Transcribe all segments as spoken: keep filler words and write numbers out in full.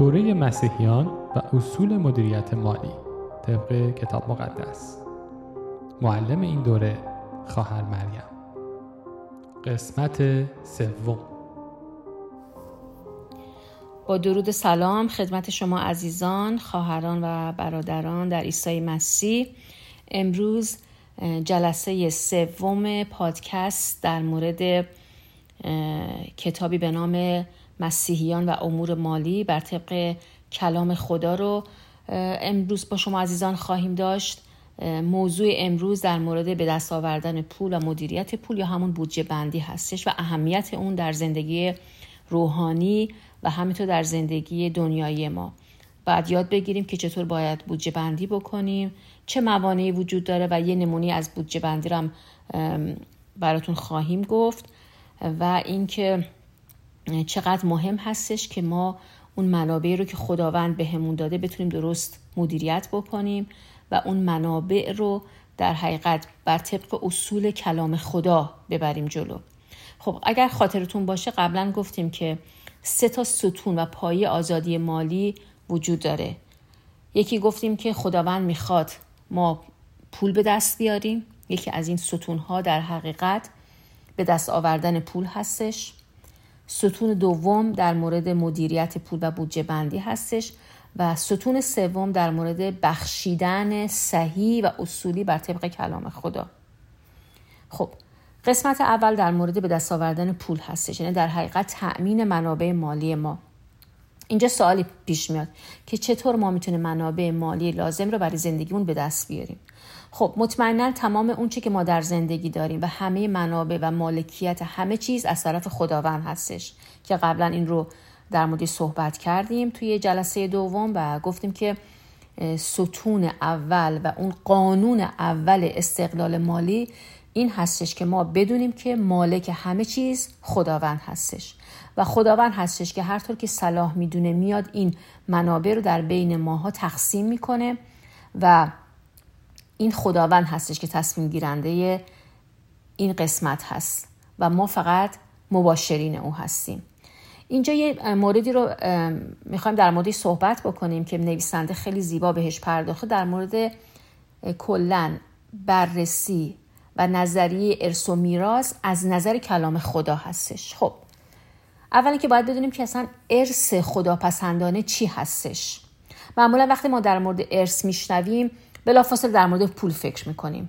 دوره مسیحیان و اصول مدیریت مالی طبق کتاب مقدس. معلم این دوره خواهر مریم. قسمت سوم. با درود سلام خدمت شما عزیزان، خواهران و برادران در عیسی مسیح. امروز جلسه سوم پادکست در مورد کتابی به نام مسیحیان و امور مالی بر طبق کلام خدا رو امروز با شما عزیزان خواهیم داشت. موضوع امروز در مورد به دست آوردن پول و مدیریت پول یا همون بودجه بندی هستش و اهمیت اون در زندگی روحانی و همینطور در زندگی دنیایی ما. بعد یاد بگیریم که چطور باید بودجه بندی بکنیم، چه موانعی وجود داره و یه نمونه از بودجه بندی رو هم براتون خواهیم گفت و اینکه چقدر مهم هستش که ما اون منابعی رو که خداوند بهمون داده بتونیم درست مدیریت بکنیم و اون منابع رو در حقیقت بر طبق اصول کلام خدا ببریم جلو. خب اگر خاطرتون باشه قبلا گفتیم که سه تا ستون و پایه آزادی مالی وجود داره. یکی گفتیم که خداوند میخواد ما پول به دست بیاریم. یکی از این ستونها در حقیقت به دست آوردن پول هستش. ستون دوم در مورد مدیریت پول و بودجه بندی هستش و ستون سوم در مورد بخشیدن صحیح و اصولی بر طبق کلام خدا. خب قسمت اول در مورد به دست آوردن پول هستش، یعنی در حقیقت تأمین منابع مالی ما. اینجا سوالی پیش میاد که چطور ما میتونیم منابع مالی لازم رو برای زندگیمون به دست بیاریم. خب مطمئنا تمام اون چی که ما در زندگی داریم و همه منابع و مالکیت همه چیز از طرف خداوند هستش که قبلا این رو در مورد صحبت کردیم توی جلسه دوم و گفتیم که ستون اول و اون قانون اول استقلال مالی این هستش که ما بدونیم که مالک همه چیز خداوند هستش و خداوند هستش که هر طور که صلاح میدونه میاد این منابع رو در بین ماها تقسیم میکنه و این خداوند هستش که تصمیم گیرنده این قسمت هست و ما فقط مباشرین او هستیم. اینجا یه موردی رو میخوایم در موردش صحبت بکنیم که نویسنده خیلی زیبا بهش پرداخته، در مورد کلاً بررسی و نظریه ارث و میراث از نظر کلام خدا هستش. خب اولی که باید بدونیم که اصلا ارث خداپسندانه چی هستش. معمولا وقتی ما در مورد ارث میشنویم بلافاصله در مورد پول فکر میکنیم.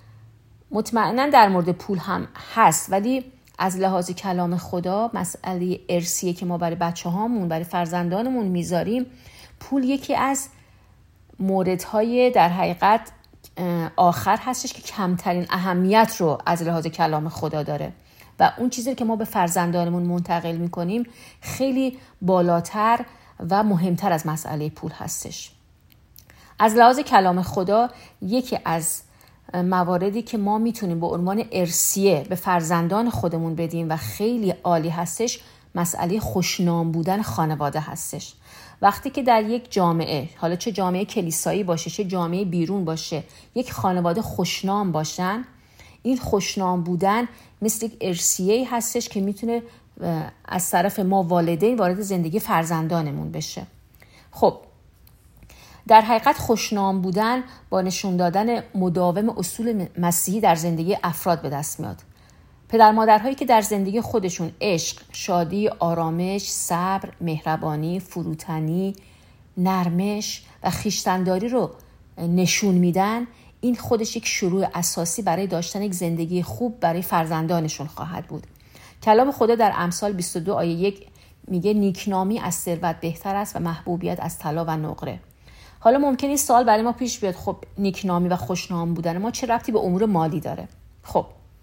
مطمئنا در مورد پول هم هست، ولی از لحاظ کلام خدا مسئله ارثیه که ما برای بچه هامون برای فرزندانمون میذاریم، پول یکی از موردهای در حقیقت آخر هستش که کمترین اهمیت رو از لحاظ کلام خدا داره و اون چیزی که ما به فرزندانمون منتقل میکنیم خیلی بالاتر و مهمتر از مسئله پول هستش. از لحاظ کلام خدا یکی از مواردی که ما میتونیم به عنوان ارثیه به فرزندان خودمون بدیم و خیلی عالی هستش مسئله خوشنام بودن خانواده هستش. وقتی که در یک جامعه، حالا چه جامعه کلیسایی باشه چه جامعه بیرون باشه، یک خانواده خوشنام باشن، این خوشنام بودن مثل یک ارثیه هستش که میتونه از طرف ما والدین وارد زندگی فرزندانمون بشه. خب در حقیقت خوشنام بودن با نشون دادن مداوم اصول مسیحی در زندگی افراد به دست میاد. پدر مادرهایی که در زندگی خودشون عشق، شادی، آرامش، صبر، مهربانی، فروتنی، نرمش و خویشتن‌داری رو نشون میدن، این خودش یک شروع اساسی برای داشتن یک زندگی خوب برای فرزندانشون خواهد بود. کلام خدا در امثال بیست و دو آیه یک میگه نیکنامی از ثروت بهتر است و محبوبیت از طلا و نقره. حالا ممکنه این سوال برای ما پیش بیاد، خب نیکنامی و خوشنام بودن ما چه ربطی به امور مالی داره؟ خب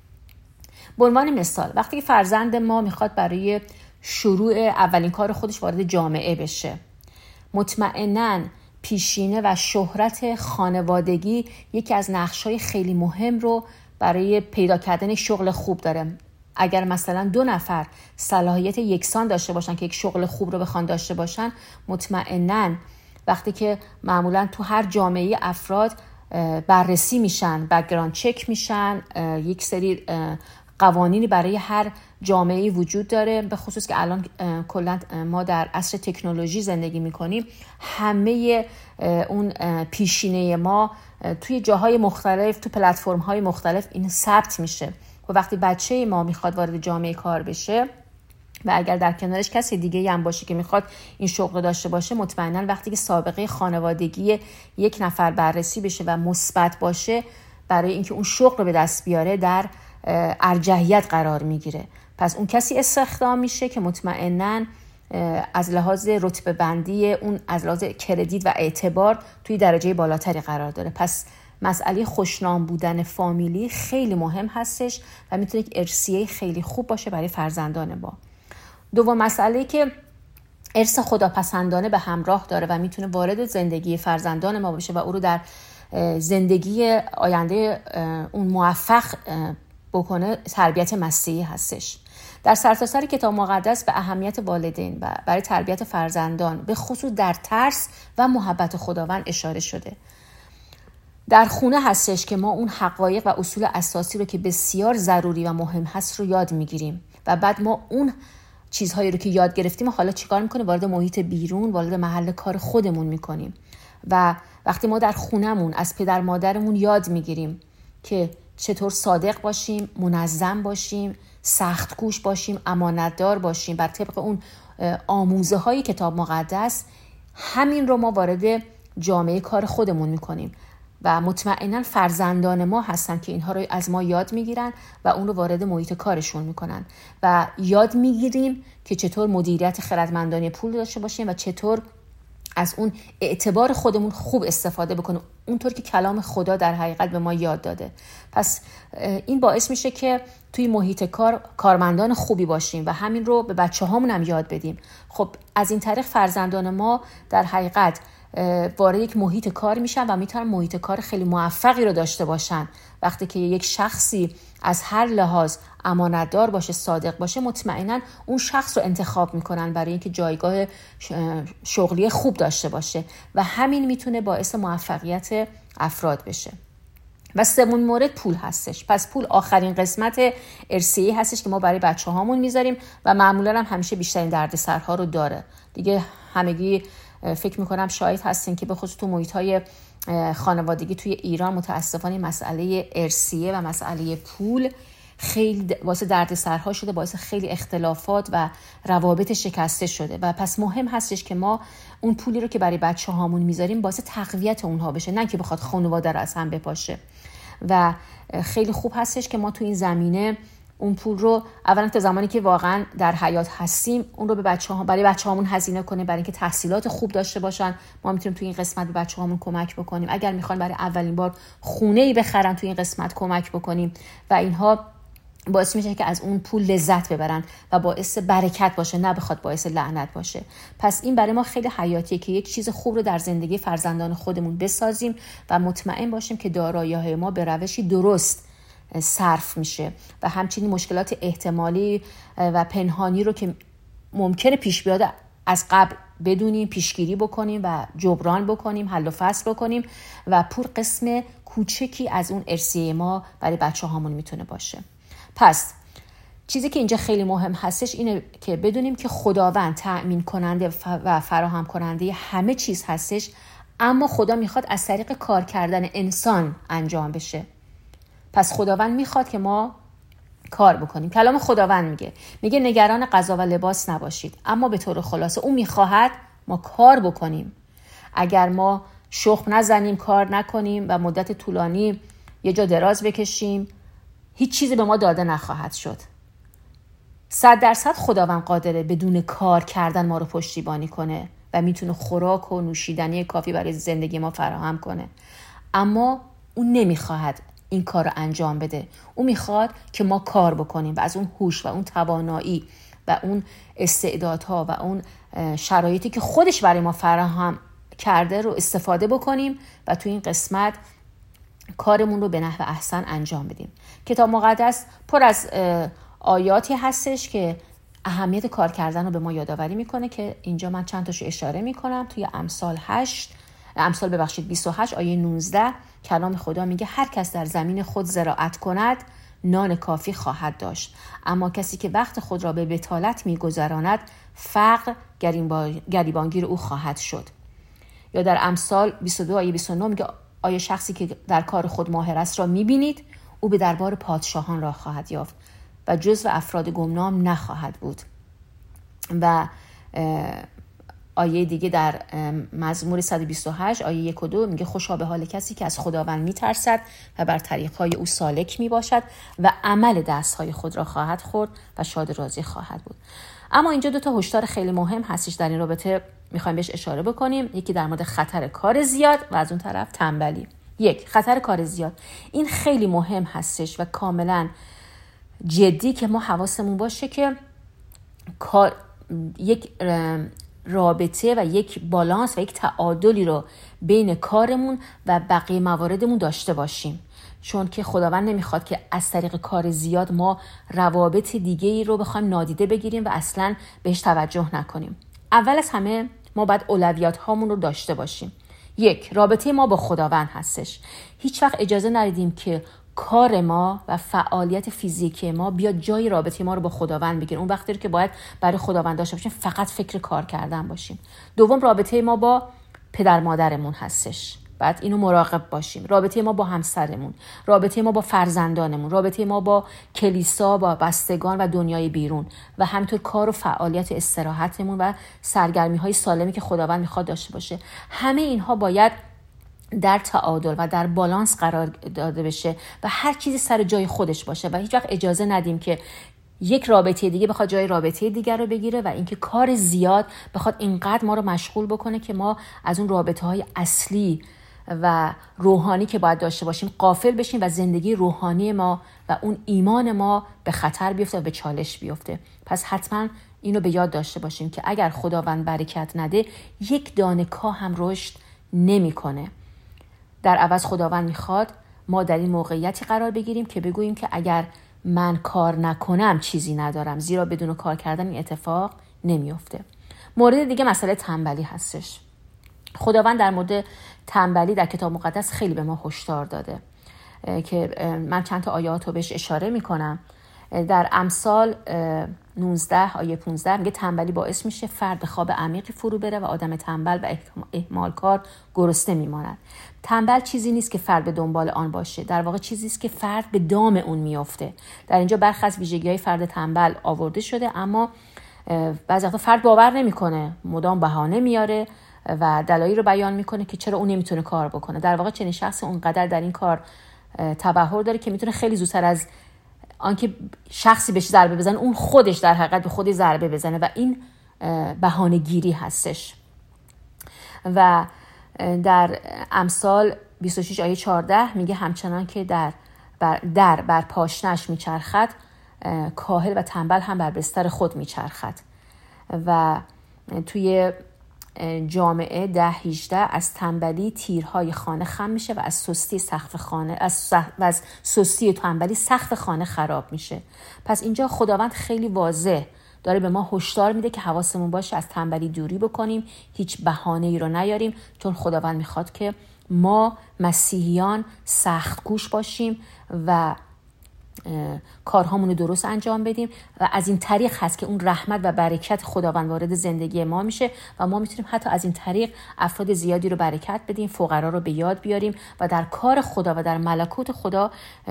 به عنوان مثال وقتی که فرزند ما میخواد برای شروع اولین کار خودش وارد جامعه بشه، مطمئناً پیشینه و شهرت خانوادگی یکی از نقش‌های خیلی مهم رو برای پیدا کردن شغل خوب داره. اگر مثلا دو نفر صلاحیت یکسان داشته باشن که یک شغل خوب رو بخوان داشته باشن، مطمئناً وقتی که معمولاً تو هر جامعه افراد بررسی میشن، بک‌گراند چک میشن، یک سری قوانینی برای هر جامعه‌ای وجود داره، به خصوص که الان کلا ما در عصر تکنولوژی زندگی میکنیم. همه اون پیشینه ما توی جاهای مختلف، تو پلتفرم‌های مختلف این ثبت میشه و وقتی بچه ما میخواد وارد جامعه کار بشه و اگر در کنارش کسی دیگه هم باشه که میخواد این شغل داشته باشه، مطمئنا وقتی که سابقه خانوادگی یک نفر بررسی بشه و مثبت باشه، برای اینکه اون شغل رو به دست بیاره در ارجحیت قرار میگیره. پس اون کسی استخدام میشه که مطمئنا از لحاظ رتبه بندی اون، از لحاظ کردیت و اعتبار توی درجه بالاتری قرار داره. پس مسئله خوشنام بودن فامیلی خیلی مهم هستش و میتونه یک ارثیه خیلی خوب باشه برای فرزندان ما. دوم مسئله که ارث خداپسندانه به همراه داره و میتونه وارد زندگی فرزندان ما بشه و او رو در زندگی آینده اون موفق بکنه، تربیت مسیحی هستش. در سرتاسر کتاب مقدس به اهمیت والدین و برای تربیت فرزندان به خصوص در ترس و محبت خداوند اشاره شده. در خونه هستش که ما اون حقایق و اصول اساسی رو که بسیار ضروری و مهم هست رو یاد میگیریم و بعد ما اون چیزهایی رو که یاد گرفتیم حالا چیکار میکنیم؟ وارد محیط بیرون، وارد محل کار خودمون میکنیم. و وقتی ما در خونمون از پدر مادرمون یاد میگیریم که چطور صادق باشیم، منظم باشیم، سخت کوش باشیم، امانتدار باشیم بر طبق اون آموزه های کتاب مقدس، همین رو ما وارد جامعه کار خودمون میکنیم و مطمئنا فرزندان ما هستن که اینها رو از ما یاد میگیرن و اون رو وارد محیط کارشون میکنن و یاد میگیریم که چطور مدیریت خردمندانه پول داشته باشیم و چطور از اون اعتبار خودمون خوب استفاده بکنیم، اونطور که کلام خدا در حقیقت به ما یاد داده. پس این باعث میشه که توی محیط کار کارمندان خوبی باشیم و همین رو به بچه هامون هم یاد بدیم. خب از این طریق فرزندان ما در حقیقت وارد یک محیط کار میشن و میتونن محیط کار خیلی موفقی رو داشته باشن. وقتی که یک شخصی از هر لحاظ امانتدار باشه، صادق باشه، مطمئنا اون شخص رو انتخاب میکنن برای اینکه جایگاه شغلی خوب داشته باشه و همین میتونه باعث موفقیت افراد بشه. و سومین مورد پول هستش. پس پول آخرین قسمت ارثیه‌ای هستش که ما برای بچه هامون میذاریم و معمولا هم همیشه بیشترین دردسرها رو داره. دیگه همگی فکر میکنم شاهد هستین که به خصوص تو محیط‌های خانوادگی توی ایران متاسفانه مسئله ارثیه و مسئله پول خیلی باعث دردسرها شده، باعث خیلی اختلافات و روابط شکسته شده و پس مهم هستش که ما اون پولی رو که برای بچه هامون میذاریم باعث تقویت اونها بشه، نه که بخواد خانواده رو از هم بپاشه. و خیلی خوب هستش که ما تو این زمینه اون پول رو اولا تا زمانی که واقعا در حیات هستیم اون رو به بچه‌ها برای بچه‌هامون هزینه کنیم، برای اینکه تحصیلات خوب داشته باشن. ما میتونیم تو این قسمت به بچه‌هامون کمک بکنیم. اگر میخوان برای اولین بار خونه‌ای بخرن تو این قسمت کمک بکنیم و اینها باعث میشه که از اون پول لذت ببرن و باعث برکت باشه، نه بخواد باعث لعنت باشه. پس این برای ما خیلی حیاتیه که یک چیز خوب رو در زندگی فرزندان خودمون بسازیم و مطمئن باشیم که دارایی‌های ما به روشی درست صرف میشه و همچنین مشکلات احتمالی و پنهانی رو که ممکنه پیش بیاد از قبل بدونیم، پیشگیری بکنیم و جبران بکنیم، حل و فصل بکنیم و پول قسم کوچکی از اون ارثیه ما برای بچه هامون میتونه باشه. پس چیزی که اینجا خیلی مهم هستش اینه که بدونیم که خداوند تأمین کننده و فراهم کننده همه چیز هستش، اما خدا میخواد از طریق کار کردن انسان انجام بشه. پس خداوند میخواد که ما کار بکنیم. کلام خداوند میگه میگه نگران غذا و لباس نباشید، اما به طور خلاصه اون میخواهد ما کار بکنیم. اگر ما شخم نزنیم، کار نکنیم و مدت طولانی یه جا دراز بکشیم، هیچ چیزی به ما داده نخواهد شد. صد درصد خداوند قادره بدون کار کردن ما رو پشتیبانی کنه و میتونه خوراک و نوشیدنی کافی برای زندگی ما فراهم کنه، اما اون نمیخواهد این کار رو انجام بده. اون میخواد که ما کار بکنیم و از اون هوش و اون توانایی و اون استعدادها و اون شرایطی که خودش برای ما فراهم کرده رو استفاده بکنیم و تو این قسمت کارمون رو به نحو احسن انجام بدیم. کتاب مقدس پر از آیاتی هستش که اهمیت کار کردن رو به ما یادآوری میکنه که اینجا من چند تاشو اشاره میکنم. توی امثال هشت امثال ببخشید بیست و هشت آیه نوزده کلام خدا میگه هر کس در زمین خود زراعت کند نان کافی خواهد داشت. اما کسی که وقت خود را به بطالت می‌گذراند، فقر گریبانگیر او خواهد شد. یا در امثال بیست و دو آیه بیست و نه میگه آیا شخصی که در کار خود ماهر است را می‌بینید؟ او به دربار پادشاهان را خواهد یافت و جزو افراد گمنام نخواهد بود. و آیه دیگه در مزمور صد و بیست و هشت آیه یک و دو میگه خوشا به حال کسی که از خداوند میترسد و بر طریقهای او سالک میباشد و عمل دستهای خود را خواهد خورد و شاد و راضی خواهد بود. اما اینجا دو تا هشدار خیلی مهم هستش در این رابطه میخوایم بهش اشاره بکنیم. یکی در مورد خطر کار زیاد و از اون طرف تنبلی. یک، خطر کار زیاد. این خیلی مهم هستش و کاملا جدی که ما حواسمون باشه که کار یک رابطه و یک بالانس و یک تعادلی رو بین کارمون و بقیه مواردمون داشته باشیم، چون که خداوند نمیخواد که از طریق کار زیاد ما روابط دیگه ای رو بخوایم نادیده بگیریم و اصلا بهش توجه نکنیم. اول از همه ما باید اولویات هامون رو داشته باشیم. یک، رابطه ما با خداوند هستش. هیچ وقت اجازه ندیدیم که کار ما و فعالیت فیزیکی ما بیاد جای رابطه ما رو با خداوند بگیره. اون وقتی که باید برای خداوند داشته باشیم فقط فکر کار کردن باشیم. دوم، رابطه ما با پدر مادرمون هستش. بعد اینو مراقب باشیم. رابطه ما با همسرمون، رابطه ما با فرزندانمون، رابطه ما با کلیسا، با بستگان و دنیای بیرون و همینطور کار و فعالیت استراحتمون و سرگرمی‌های سالمی که خداوند میخواد داشته باشه. همه اینها باید در تعادل و در بالانس قرار داده بشه و هر چیزی سر جای خودش باشه و هیچ وقت اجازه ندیم که یک رابطه دیگه بخواد جای رابطه دیگر رو بگیره و اینکه کار زیاد بخواد اینقدر ما رو مشغول بکنه که ما از اون رابطه‌های اصلی و روحانی که باید داشته باشیم غافل بشیم و زندگی روحانی ما و اون ایمان ما به خطر بیفته و به چالش بیفته. پس حتما اینو به یاد داشته باشیم که اگر خداوند برکت نده یک دانه کاه هم رشد نمی‌کنه. در عوض خداوند میخواد ما در این موقعیتی قرار بگیریم که بگوییم که اگر من کار نکنم چیزی ندارم، زیرا بدون کار کردن این اتفاق نمیفته. مورد دیگه مسئله تنبلی هستش. خداوند در مورد تنبلی در کتاب مقدس خیلی به ما هشدار داده که من چند تا آیات رو بهش اشاره میکنم. در امثال نوزده آیه پانزده میگه تنبلی باعث میشه فرد به خواب عمیقی فرو بره و آدم تنبل و اهمالکار گرسنه میماند. تنبل چیزی نیست که فرد به دنبال آن باشه، در واقع چیزی است که فرد به دام اون میافته. در اینجا برخی از ویژگی‌های فرد تنبل آورده شده، اما بعضی وقتا فرد باور نمیکنه، مدام بهانه میاره و دلایلی رو بیان میکنه که چرا اون نمیتونه کار بکنه. در واقع چنین شخصی اونقدر در این کار تبحر داره که میتونه خیلی زودتر از آنکه شخصی بهش ضربه بزنه اون خودش در حقیقت به خودش ضربه بزنه و این بهانه گیری هستش. و در امثال بیست و شش آیه چهارده میگه همچنان که در بر, در بر پاشنش میچرخد، کاهل و تنبل هم بر بستر خود میچرخد. و توی جامعه ده هجده از تنبلی تیرهای خانه خم میشه و از سستی سقف خانه از سخ... و از سستی و تنبلی سقف خانه خراب میشه. پس اینجا خداوند خیلی واضح داره به ما هشدار میده که حواسمون باشه از تنبلی دوری بکنیم، هیچ بهانه‌ای رو نیاریم، چون خداوند میخواد که ما مسیحیان سخت کوش باشیم و کارهامون رو درست انجام بدیم و از این طریق هست که اون رحمت و برکت خداوند وارد زندگی ما میشه و ما میتونیم حتی از این طریق افراد زیادی رو برکت بدیم، فقرا رو به یاد بیاریم و در کار خدا و در ملکوت خدا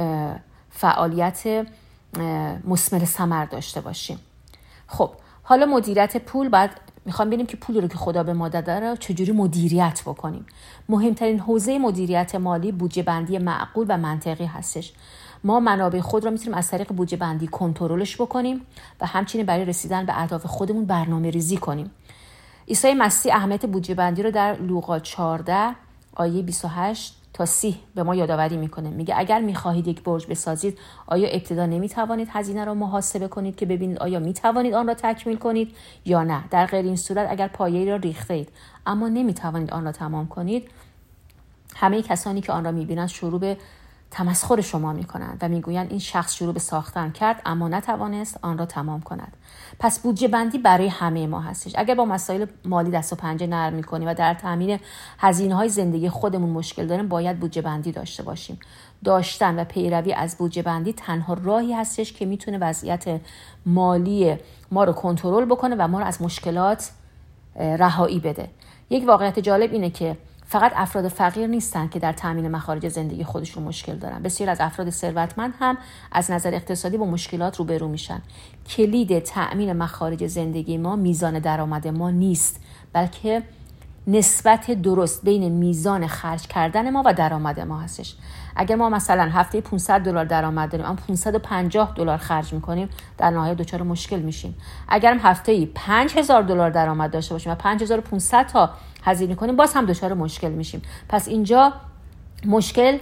فعالیت مثمر ثمر داشته باشیم. خب حالا مدیریت پول، بعد میخوام ببینیم که پولی رو که خدا به ما داده رو چجوری مدیریت بکنیم. مهمترین حوزه مدیریت مالی بودجه بندی معقول و منطقی هستش. ما منابع خود را میتونیم از طریق بودجه بندی کنترلش بکنیم و همچنین برای رسیدن به اهداف خودمون برنامه ریزی کنیم. عیسی مسیح اهمیت بودجه بندی رو در لوقا چهارده آیه بیست و هشت تا سی به ما یادآوری میکنه. میگه اگر میخواهید یک برج بسازید، آیا ابتدا نمیتوانید هزینه را محاسبه کنید که ببینید آیا میتوانید آن را تکمیل کنید یا نه؟ در غیر این صورت اگر پایه‌ای را ریخته اید اما نمیتوانید آن را تمام کنید، همه کسانی که آن را میبینند شروع به تمسخر شما میکنند و میگویند این شخص شروع به ساختن کرد اما نتوانست آن را تمام کند. پس بودجه بندی برای همه ما هستش. اگر با مسائل مالی دست و پنجه نرم میکنیم و در تامین هزینه‌های زندگی خودمون مشکل داریم، باید بودجه بندی داشته باشیم. داشتن و پیروی از بودجه بندی تنها راهی هستش که میتونه وضعیت مالی ما رو کنترل بکنه و ما رو از مشکلات رهایی بده. یک واقعیت جالب اینه که فقط افراد فقیر نیستن که در تامین مخارج زندگی خودشون مشکل دارن. بسیار از افراد ثروتمند هم از نظر اقتصادی با مشکلات روبرو میشن. کلید تامین مخارج زندگی ما میزان درآمد ما نیست، بلکه نسبت درست بین میزان خرج کردن ما و درآمد ما هستش. اگر ما مثلا هفته پانصد دلار درآمد داریم اما پانصد و پنجاه دلار خرج میکنیم، در نهایت دچار مشکل میشیم. اگر هم هفته‌ای پنج هزار دلار درآمد داشته باشیم و پنج هزار و پانصد تا هزینه کنیم، باز هم دچار مشکل میشیم. پس اینجا مشکل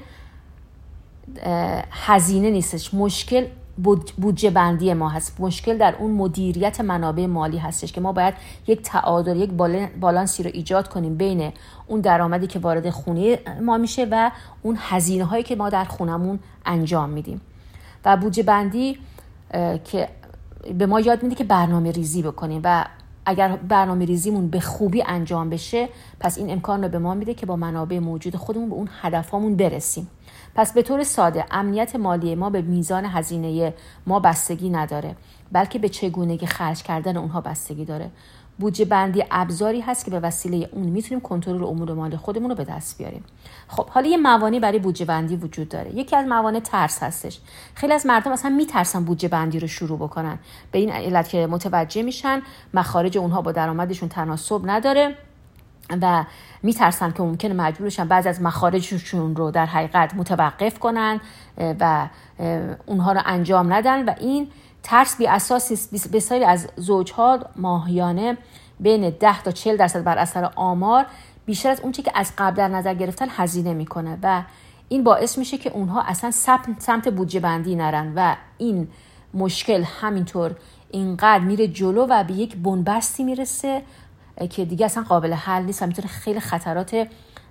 هزینه نیستش، مشکل بودجه بندی ما هست. مشکل در اون مدیریت منابع مالی هستش که ما باید یک تعادل، یک بالانسی رو ایجاد کنیم بین اون درآمدی که وارد خونه ما میشه و اون هزینه هایی که ما در خونمون انجام میدیم. و بودجه بندی که به ما یاد میده که برنامه ریزی بکنیم و اگر برنامه ریزیمون به خوبی انجام بشه، پس این امکان رو به ما میده که با منابع موجود خودمون به اون هدفامون برسیم. پس به طور ساده امنیت مالی ما به میزان هزینه ما بستگی نداره، بلکه به چگونگی خرج کردن اونها بستگی داره. بودجه بندی ابزاری هست که به وسیله اون میتونیم کنترل امور مالی خودمون رو به دست بیاریم. خب حالا یه موانع برای بودجه بندی وجود داره. یکی از موانع ترس هستش. خیلی از مردم اصلا میترسن بودجه بندی رو شروع بکنن، به این علت که متوجه میشن مخارج اونها با درآمدشون تناسب نداره و میترسن که ممکنه مجبور بشن بعضی از مخارجشون رو در حقیقت متوقف کنن و اونها رو انجام ندن و این ترس بی اساس است. بسیاری از زوجها ماهیانه بین ده تا چهل درصد بر اثر آمار بیشتر از اون چیزی که از قبل در نظر گرفتن هزینه میکنه و این باعث میشه که اونها اصلا سمت بودجه بندی نرن و این مشکل همینطور اینقدر میره جلو و به یک بنبستی میرسه که دیگه اصلا قابل حل نیست و میتونه خیلی خطرات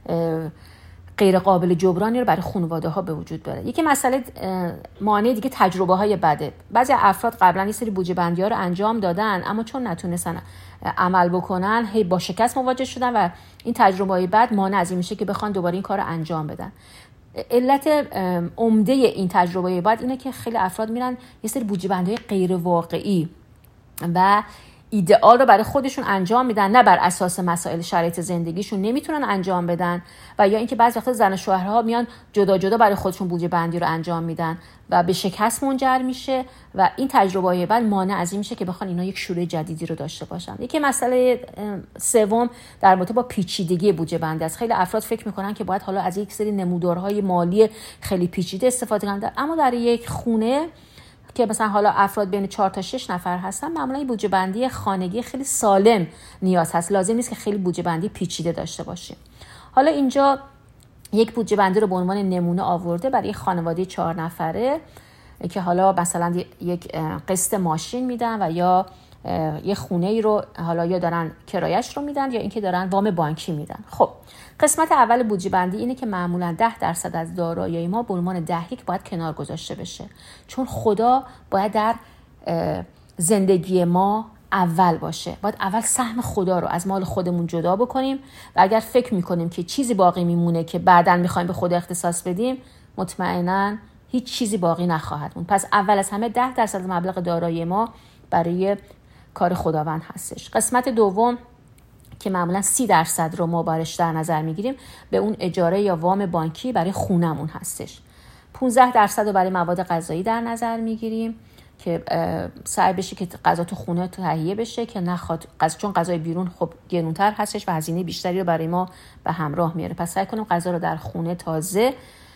غیر قابل جبرانی رو برای خانواده ها به وجود بیاره. یکی مسئله مانع دیگه تجربه های بده. بعضی افراد قبلا یه سری بودجه بندی ها رو انجام دادن اما چون نتونستن عمل بکنن هی با شکست مواجه شدن و این تجربه های بد مانع از این میشه که بخوان دوباره این کار رو انجام بدن. علت عمده این تجربه بد اینه که خیلی افراد میرن یه سری بودجه بندی غیر واقعی و ایدئال رو برای خودشون انجام میدن، نه بر اساس مسائل شرایط زندگیشون نمیتونن انجام بدن و یا اینکه بعضی وقتا زن و شوهرها میان جدا جدا برای خودشون بودجه بندی رو انجام میدن و به شکست منجر میشه و این تجربه‌های بعد مانع از این میشه که بخوان اینا یک شروع جدیدی رو داشته باشن. یکی مسئله سوم در رابطه با پیچیدگی بودجه بندی است. خیلی افراد فکر میکنن که باید حالا از یک سری نمودارهای مالی خیلی پیچیده استفاده کنن، اما در یک خونه که مثلا حالا افراد بین چهار تا شش نفر هستن معمولا این بودجه بندی خانگی خیلی سالم نیاز هست. لازم نیست که خیلی بودجه بندی پیچیده داشته باشیم. حالا اینجا یک بودجه بندی رو به عنوان نمونه آورده برای خانواده چهار نفره که حالا مثلا یک قسط ماشین میدن و یا یه خونه ای رو حالا یا دارن کرایش رو میدن یا اینکه دارن وام بانکی میدن. خب قسمت اول بودجه بندی اینه که معمولا ده درصد از دارایی ما به عنوان دهیک باید کنار گذاشته بشه، چون خدا باید در زندگی ما اول باشه. باید اول سهم خدا رو از مال خودمون جدا بکنیم و اگر فکر میکنیم که چیزی باقی میمونه که بعداً میخوایم به خدا اختصاص بدیم، مطمئناً هیچ چیزی باقی نخواهد مون. پس اول از همه ده درصد مبلغ دارایی ما برای کار خداوند هستش. قسمت دوم که معمولا سی درصد رو ما بارش در نظر میگیریم به اون اجاره یا وام بانکی برای خونمون هستش. پانزده درصد رو برای مواد غذایی در نظر میگیریم که سعی بشه که غذا تو خونه تهیه بشه که نخواد غذا، چون غذای بیرون خب گرونتر هستش و هزینه بیشتری رو برای ما به همراه میاره. پس سعی کنیم غذا رو در خونه تازه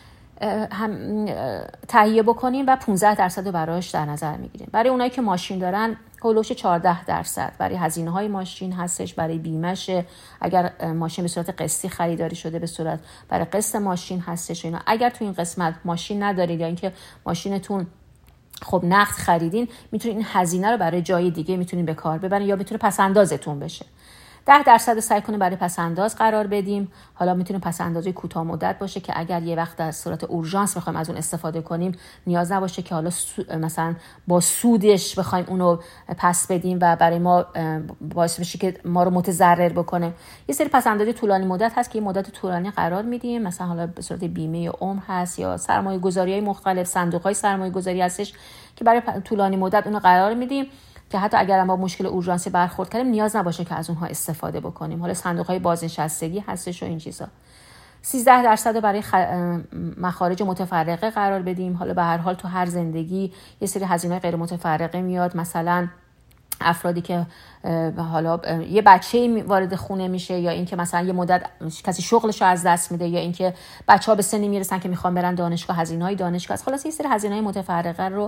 هم تهیه بکنیم و پانزده درصد رو براش در نظر میگیریم. برای اونایی که ماشین دارن هولوش چهارده درصد برای هزینه های ماشین هستش، برای بیمه‌ش اگر ماشین به صورت قسطی خریداری شده به صورت برای قسط ماشین هستش. اینا اگر تو این قسمت ماشین ندارید یا اینکه ماشینتون خب نقد خریدین، میتونید این هزینه رو برای جای دیگه میتونید به کار ببرین یا میتونه پس اندازتون بشه. ده درصد سعی کنیم برای پس‌انداز قرار بدیم. حالا میتونه پس‌اندازی کوتاه مدت باشه که اگر یه وقت در صورت اورژانس بخوایم از اون استفاده کنیم نیاز نباشه که حالا مثلا با سودش بخوایم اونو پس بدیم و برای ما باعث بشه که ما رو متضرر بکنه. یه سری پس‌اندازی طولانی مدت هست که یه مدت طولانی قرار میدیم، مثلا حالا به صورت بیمه عمر هست یا سرمایه‌گذاری‌های مختلف، صندوق‌های سرمایه‌گذاری هستش که برای طولانی مدت اونو قرار میدیم که حتی اگر ما مشکل اورژانسی برخورد کردیم نیاز نباشه که از اونها استفاده بکنیم. حالا صندوق‌های بازنشستگی هستش و این چیزا. سیزده درصد برای خ... مخارج متفرقه قرار بدیم. حالا به هر حال تو هر زندگی یه سری هزینه‌های غیر متفرقه میاد، مثلا افرادی که حالا یه بچه‌ای وارد خونه میشه، یا اینکه مثلا یه مدت کسی شغلش رو از دست میده، یا اینکه بچه‌ها به سنی میرسن که میخوان برن دانشگاه، هزینه‌های دانشگاه. خلاص یه سری هزینه‌های متفرقه رو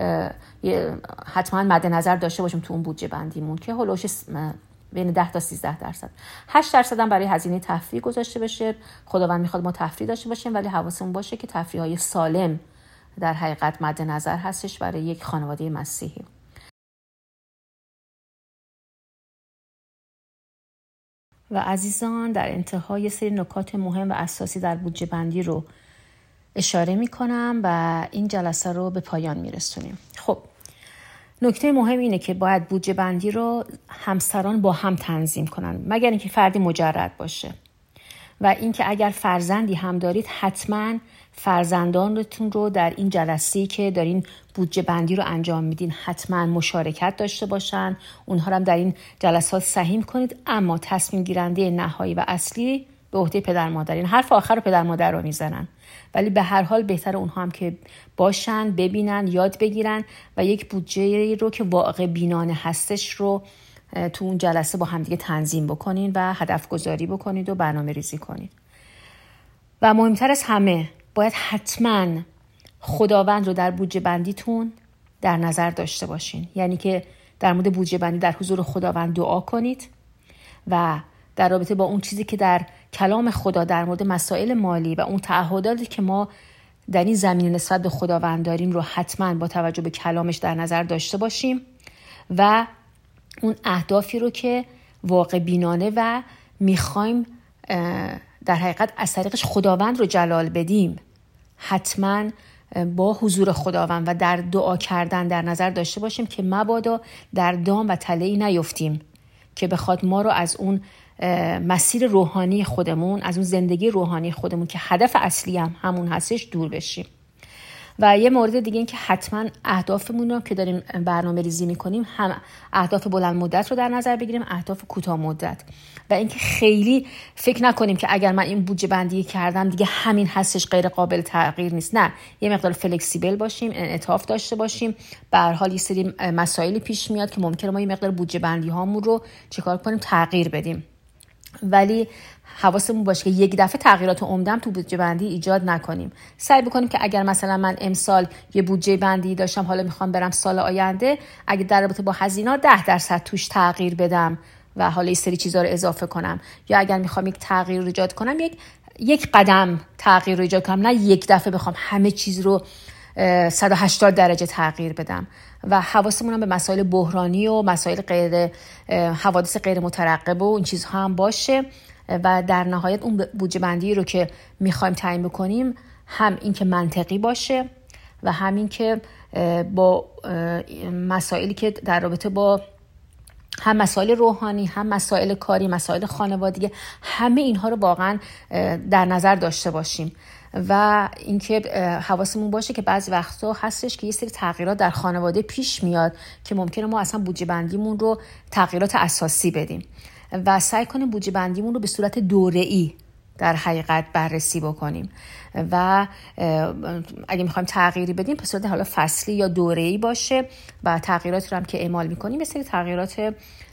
حتما مد نظر داشته باشیم تو اون بودجه بندیمون که هولوش بین ده تا سیزده درصد. هشت درصد هم برای هزینه تفریح گذاشته بشه. خداوند میخواد ما تفریح داشته باشیم ولی حواسمون باشه که تفریح‌های سالم در حقیقت مد نظر هستش برای یک خانواده مسیحی. و عزیزان، در انتهای یه سری نکات مهم و اساسی در بودجه بندی رو اشاره می کنم و این جلسه رو به پایان می رسونیم. خب نکته مهم اینه که باید بودجه بندی رو همسران با هم تنظیم کنن، مگر اینکه فردی مجرد باشه. و اینکه اگر فرزندی هم دارید حتما فرزندانتون رو در این جلسه‌ای که دارین بودجه بندی رو انجام میدین حتما مشارکت داشته باشن. اونها رو هم در این جلسات سهیم کنید، اما تصمیم گیرنده نهایی و اصلی به عهده پدر مادر. این حرف آخر رو پدر مادر رو میزنن، ولی به هر حال بهتر اونها هم که باشن، ببینن، یاد بگیرن و یک بودجه رو که واقع بینانه هستش رو تو اون جلسه با همدیگه تنظیم بکنین و هدف گذاری بکنید و برنامه ریزی کنید. و مهمتر از همه باید حتما خداوند رو در بودجه بندیتون در نظر داشته باشین. یعنی که در مورد بودجه بندی در حضور خداوند دعا کنید و در رابطه با اون چیزی که در کلام خدا در مورد مسائل مالی و اون تعهداتی که ما در این زمینه نسبت به خداوند داریم رو حتما با توجه به کلامش در نظر داشته باشیم و اون اهدافی رو که واقع بینانه و میخوایم در حقیقت از طریقش خداوند رو جلال بدیم حتما با حضور خداوند و در دعا کردن در نظر داشته باشیم که مبادا در دام و تله‌ای نیفتیم که بخواد ما رو از اون مسیر روحانی خودمون، از اون زندگی روحانی خودمون که هدف اصلی هم همون هستش دور بشیم. و یه مورد دیگه این که حتما اهدافمون رو که داریم برنامه ریزی میکنیم هم اهداف بلند مدت رو در نظر بگیریم، اهداف کوتاه مدت، و اینکه خیلی فکر نکنیم که اگر من این بودجه بندی کردم دیگه همین هستش، غیر قابل تغییر نیست. نه، یه مقدار فلکسیبل باشیم، انعطاف داشته باشیم. به هر حال یه سری مسائلی پیش میاد که ممکنه ما یه مقدار بودجه بندی هامون رو چیکار کنیم، تغییر بدیم، ولی حواسمون باشه که یک دفعه تغییرات عمده‌ام تو بودجه بندی ایجاد نکنیم. سعی بکنیم که اگر مثلا من امسال یه بودجه بندی داشتم، حالا میخوام برم سال آینده، اگه در رابطه با هزینه‌ها ده درصد توش تغییر بدم و حالا یه سری چیزا رو اضافه کنم، یا اگر میخوام یک تغییر رو ایجاد کنم یک یک قدم تغییر رو ایجاد کنم، نه یک دفعه بخوام همه چیز رو صد و هشتاد درجه تغییر بدم. و حواسمون هم به مسائل بحرانی و مسائل غیر حوادث غیر مترقبه و این چیزها هم باشه. و در نهایت اون بودجه بندی رو که میخوایم تعیین بکنیم هم این که منطقی باشه و همین که با مسائلی که در رابطه با هم مسائل روحانی، هم مسائل کاری، مسائل خانوادگی، همه اینها رو واقعا در نظر داشته باشیم. و اینکه حواسمون باشه که بعضی وقتا هستش که یه سری تغییرات در خانواده پیش میاد که ممکنه ما اصلا بودجه بندیمون رو تغییرات اساسی بدیم و سعی کنیم بودجه بندیمون رو به صورت دوره‌ای در حقیقت بررسی بکنیم و اگه میخوایم تغییری بدیم به صورت حالا فصلی یا دوره‌ای باشه و تغییراتی رو هم که اعمال میکنیم به سری تغییرات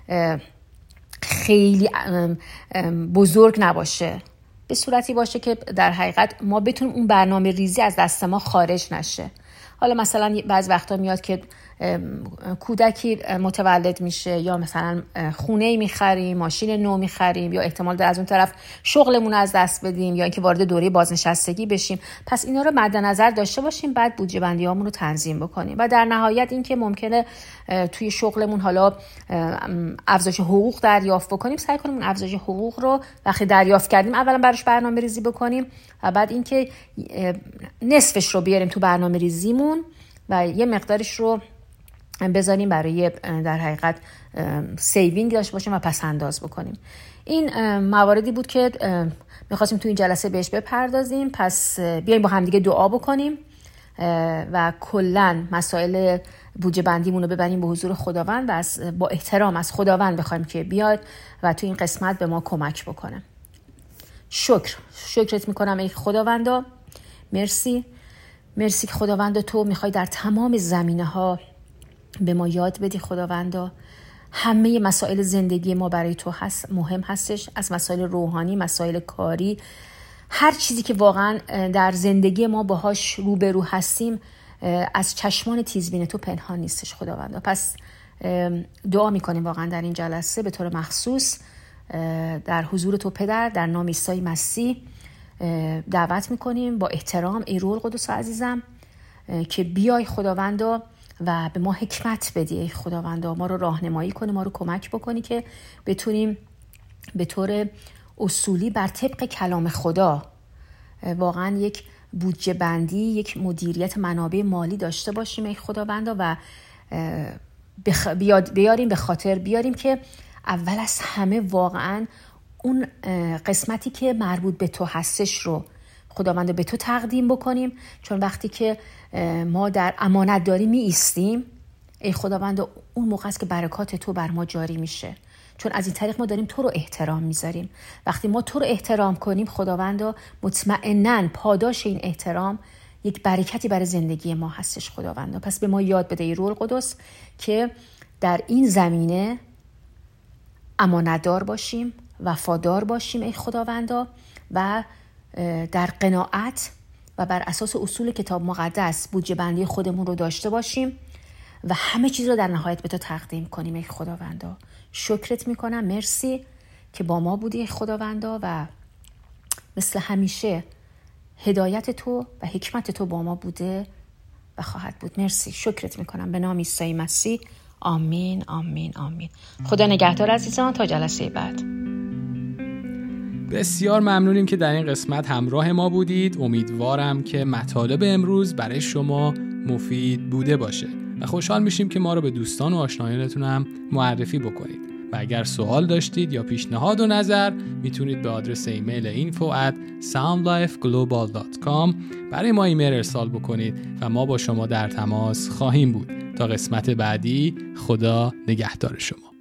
خیلی بزرگ نباشه، به صورتی باشه که در حقیقت ما بتونیم اون برنامه ریزی از دست ما خارج نشه. حالا مثلا بعض وقتا میاد که کودکی متولد میشه یا مثلا خونه میخریم، ماشین نو میخریم، یا احتمال داره از اون طرف شغلمون از دست بدیم یا اینکه وارد دوره بازنشستگی بشیم. پس اینا رو مد نظر داشته باشیم، بعد بودجه بندی هامون رو تنظیم بکنیم. و در نهایت اینکه ممکنه توی شغلمون حالا افزایش حقوق دریافت بکنیم، سعی کنیم اون افزایش حقوق رو وقتی دریافت کردیم اولا براش برنامه‌ریزی بکنیم و بعد اینکه نصفش رو بیاریم تو برنامه‌ریزیمون و یه مقدارش رو بذاریم برای در حقیقت سیوینگ داشته باشیم و پس انداز بکنیم. این مواردی بود که میخواستیم تو این جلسه بهش بپردازیم. پس بیایم با همدیگه دعا بکنیم و کلن مسائل بودجه بندیمون رو ببریم به حضور خداوند و از با احترام از خداوند بخوایم که بیاد و تو این قسمت به ما کمک بکنه. شکر شکرت میکنم ای خداوندا، مرسی مرسی که خداوندا تو میخوای در تمام زمینه ها به ما یاد بدی. خداوندا همه مسائل زندگی ما برای تو هست، مهم هستش، از مسائل روحانی، مسائل کاری، هر چیزی که واقعا در زندگی ما باهاش روبرو هستیم از چشمان تیزبین تو پنهان نیستش خداوندا. پس دعا میکنیم واقعا در این جلسه به طور مخصوص در حضور تو پدر در نام عیسی مسیح دعوت میکنیم با احترام ای روح القدس عزیزم که بیای خداوندا و به ما حکمت بدی ای خداوندا، ما رو راهنمایی کنی، ما رو کمک بکنی که بتونیم به طور اصولی بر طبق کلام خدا واقعا یک بودجه بندی، یک مدیریت منابع مالی داشته باشیم ای خداوندا و بخ... بیاد... بیاریم به خاطر بیاریم که اول از همه واقعا اون قسمتی که مربوط به تو هستش رو خداوند به تو تقدیم بکنیم، چون وقتی که ما در امانت داری می ایستیم ای خداوند اون موقع است که برکات تو بر ما جاری میشه، چون از این طریق ما داریم تو رو احترام میذاریم. وقتی ما تو رو احترام کنیم خداوند مطمئناً پاداش این احترام یک برکتی برای زندگی ما هستش خداوند. پس به ما یاد بده ای روح القدس که در این زمینه امانتدار باشیم، وفادار باشیم ای خداوندا و در قناعت و بر اساس اصول کتاب مقدس بودجه بندی خودمون رو داشته باشیم و همه چیز رو در نهایت به تو تقدیم کنیم ای خداوندا. شکرت میکنم، مرسی که با ما بودی ای خداوندا و مثل همیشه هدایت تو و حکمت تو با ما بوده و خواهد بود. مرسی، شکرت میکنم به نام عیسی مسیح. آمین آمین آمین. خدا نگهدار عزیزان تا جلسه بعد. بسیار ممنونیم که در این قسمت همراه ما بودید. امیدوارم که مطالب امروز برای شما مفید بوده باشه و خوشحال میشیم که ما رو به دوستان و آشنایانتون هم معرفی بکنید. و اگر سوال داشتید یا پیشنهاد و نظر میتونید به آدرس ایمیل اینفو ات ساوند لایف گلوبال دات کام برای ما ایمیل ارسال بکنید و ما با شما در تماس خواهیم بود. تا قسمت بعدی، خدا نگهدار شما.